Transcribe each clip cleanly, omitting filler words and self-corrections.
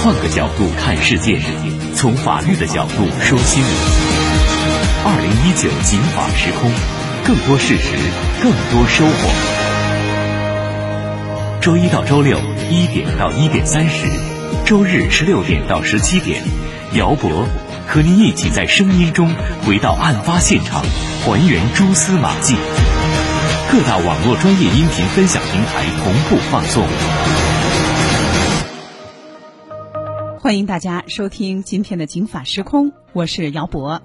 换个角度看世界，从法律的角度说新闻。2019警法时空，更多事实，更多收获。周一到周六1点到1点30，周日16点到17点，姚博和您一起在声音中回到案发现场，还原蛛丝马迹。各大网络专业音频分享平台同步放送。 欢迎大家收听今天的警法时空，我是姚博。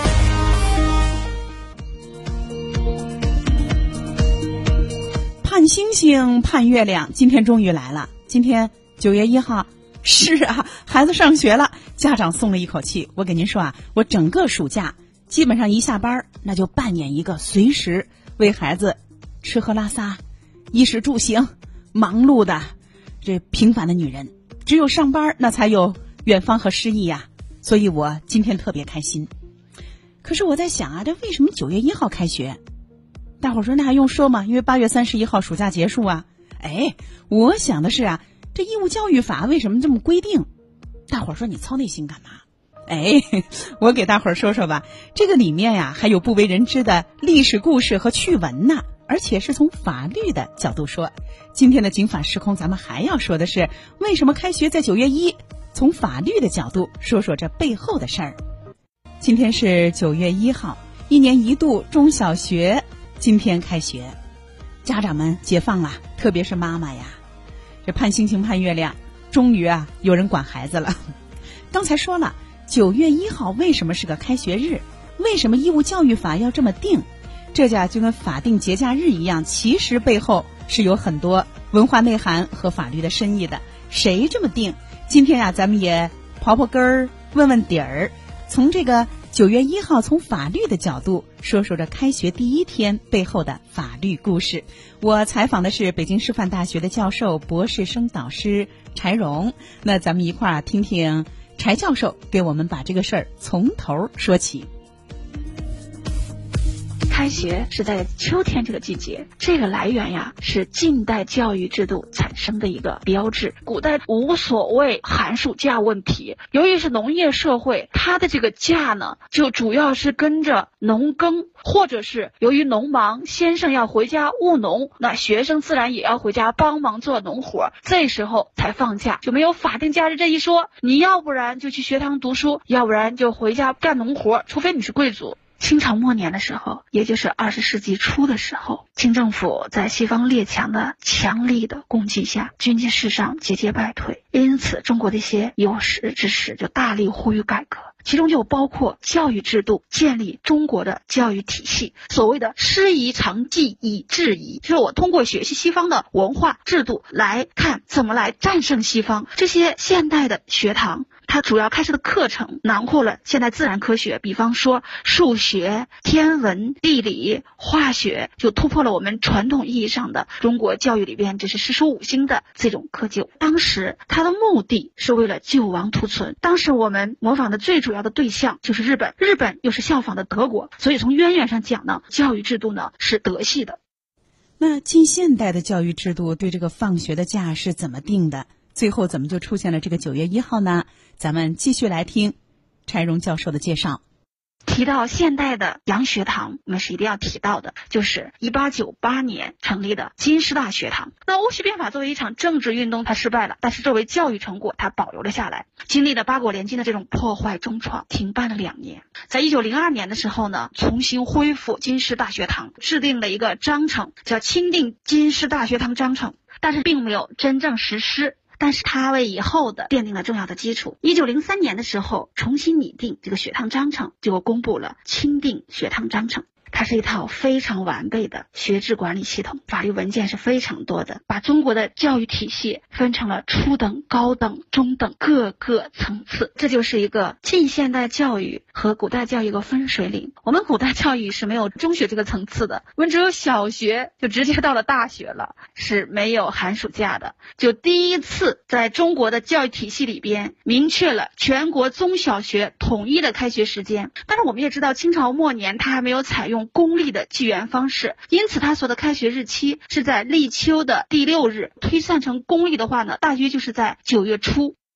盼星星盼月亮，今天终于来了。今天9月1号，是啊，孩子上学了，家长松了一口气。我跟您说啊，我整个暑假基本上一下班那就扮演一个随时为孩子吃喝拉撒、衣食住行忙碌的这平凡的女人。只有上班那才有远方和诗意呀，所以我今天特别开心。可是我在想啊，这为什么9月1号开学？大伙说那还用说吗？因为8月31号暑假结束啊。我想的是啊，这义务教育法为什么这么规定？大伙说你操那心干嘛？我给大伙说说吧。这个里面呀，还有不为人知的历史故事和趣闻呢，而且是从法律的角度说。今天的警法时空，咱们还要说的是为什么开学在9月1，从法律的角度说说这背后的事儿。今天是9月1号，一年一度中小学今天开学，家长们解放了，特别是妈妈呀，这盼星星盼月亮，终于啊有人管孩子了。刚才说了9月1号为什么是个开学日，为什么义务教育法要这么定，这家就跟法定节假日一样，其实背后是有很多文化内涵和法律的深意的。谁这么定？今天啊咱们也刨刨根儿，问问底儿，从这个9月1号从法律的角度说说这开学第一天背后的法律故事。我采访的是北京师范大学的教授、博士生导师柴荣，那咱们一块儿听听柴教授给我们把这个事儿从头说起。 开学是在秋天这个季节，这个来源呀是近代教育制度产生的一个标志。古代无所谓寒暑假问题，由于是农业社会，它的这个假呢就主要是跟着农耕，或者是由于农忙，先生要回家务农，那学生自然也要回家帮忙做农活，这时候才放假，就没有法定假日这一说。你要不然就去学堂读书，要不然就回家干农活，除非你是贵族。清朝末年的时候，也就是20世纪初的时候，清政府在西方列强的强力的攻击下，经济世上节节败退，因此中国的一些有识之士就大力呼吁改革，其中就包括教育制度，建立中国的教育体系，所谓的师夷长技以制夷，就是我通过学习西方的文化制度来看怎么来战胜西方。这些现代的学堂它主要开设的课程囊括了现代自然科学，比方说数学、天文、地理、化学，就突破了我们传统意义上的中国教育里边这是诗书五经的这种窠臼。当时它的目的是为了救亡图存，当时我们模仿的最主要的对象就是日本，日本又是效仿的德国，所以从渊源上讲呢，教育制度呢是德系的。 那近现代的教育制度对这个放学的假是怎么定的？最后怎么就出现了这个9月1号呢？咱们继续来听柴荣教授的介绍。 提到现代的洋学堂，我们是一定要提到的，就是1898年成立的京师大学堂。那戊戌变法作为一场政治运动它失败了，但是作为教育成果它保留了下来。经历了八国联军的这种破坏重创，停办了2年。在1902年的时候呢，重新恢复京师大学堂，制定了一个章程，叫钦定京师大学堂章程，但是并没有真正实施，但是它为以后的奠定了重要的基础。1903年的时候，重新拟定这个学堂章程，就公布了钦定学堂章程。它是一套非常完备的学制管理系统，法律文件是非常多的，把中国的教育体系分成了初等、高等、中等各个层次。这就是一个近现代教育和古代教育一个分水岭。我们古代教育是没有中学这个层次的，我们只有小学，就直接到了大学了，是没有寒暑假的。就第一次在中国的教育体系里边明确了全国中小学统一的开学时间。但是我们也知道清朝末年它还没有采用公历的纪元方式，因此它所的开学日期是在立秋的第6日，推算成公历的话呢，大约就是在9月初。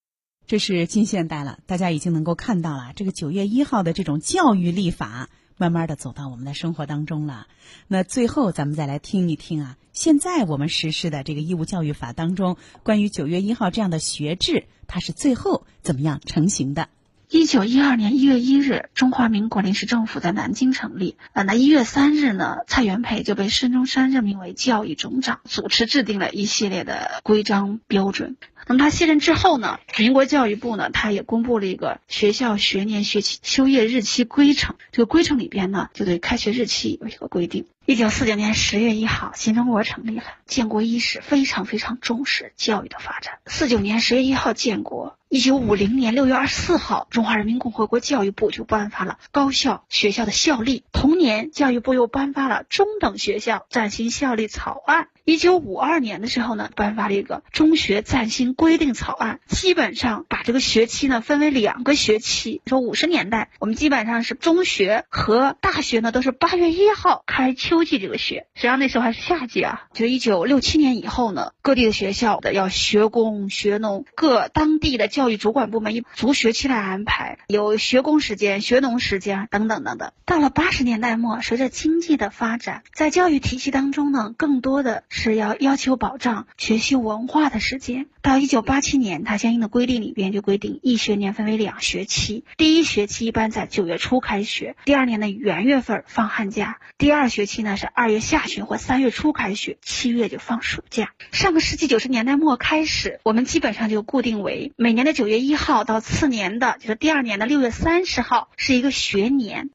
这是近现代了，大家已经能够看到了这个9月1号的这种教育立法慢慢的走到我们的生活当中了。那最后咱们再来听一听啊，现在我们实施的这个义务教育法当中，关于9月1号这样的学制，它是最后怎么样成型的。 1912年1月1日，中华民国临时政府在南京成立。那1月3日呢，蔡元培就被孙中山任命为教育总长，主持制定了一系列的规章标准。那么他卸任之后呢，民国教育部呢，他也公布了一个学校学年学期休业日期规程。这个规程里边呢，就对开学日期有一个规定。1949年10月1号，新中国成立了，建国伊始非常非常重视教育的发展。49年10月1号建国，1950年6月24号，中华人民共和国教育部就颁发了高校学校的校例。同年，教育部又颁发了中等学校暂行校例草案。1952年的时候呢，颁发了一个中学暂行规定草案，基本上把这个学期呢分为2个学期。说50年代，我们基本上是中学和大学呢都是8月1号开秋季这个学，实际上那时候还是夏季啊。就1967年以后呢，各地的学校的要学工学农，各当地的教育主管部门以逐学期来安排，有学工时间、学农时间等等等等。到了80年代末，随着经济的发展，在教育体系当中呢，更多的是要求保障学习文化的时间。到1987年，它相应的规定里边就规定一学年分为2学期，第一学期一般在9月初开学，第二年的元月份放寒假，第二学期呢是2月下旬或3月初开学，7月就放暑假。上个世纪90年代末开始，我们基本上就固定为每年的9月1号到次年的就是第二年的6月30号是一个学年。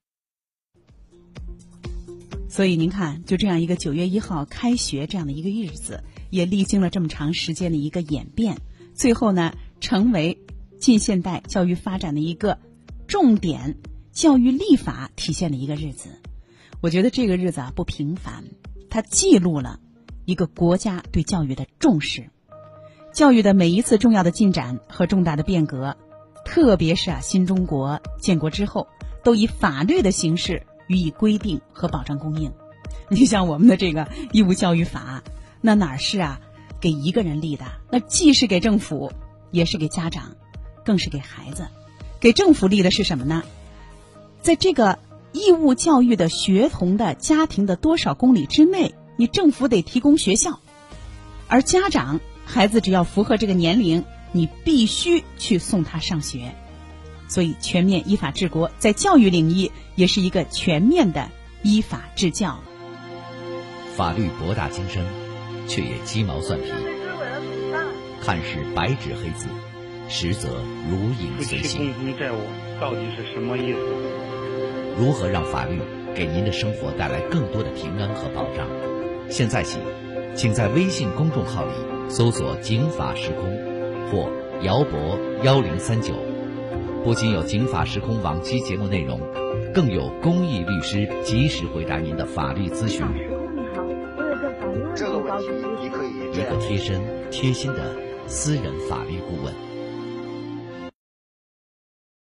所以您看，就这样一个9月1号开学这样的一个日子，也历经了这么长时间的一个演变，最后呢，成为近现代教育发展的一个重点教育立法体现的一个日子。我觉得这个日子啊不平凡，它记录了一个国家对教育的重视，教育的每一次重要的进展和重大的变革，特别是新中国建国之后，都以法律的形式予以规定和保障供应。你像我们的这个义务教育法，那哪是给一个人立的，那既是给政府，也是给家长，更是给孩子。给政府立的是什么呢？在这个义务教育的学童的家庭的多少公里之内，你政府得提供学校，而家长孩子只要符合这个年龄，你必须去送他上学。所以全面依法治国在教育领域也是一个全面的依法治教。 法律博大精深，却也鸡毛蒜皮，看似白纸黑字，实则如影随形。 共同债务到底是什么意思？ 如何让法律给您的生活带来更多的平安和保障？现在起，请在微信公众号里搜索警法时空或姚博1039，不仅有警法时空往期节目内容，更有公益律师及时回答您的法律咨询。 这个问题你可以一个贴身贴心的私人法律顾问。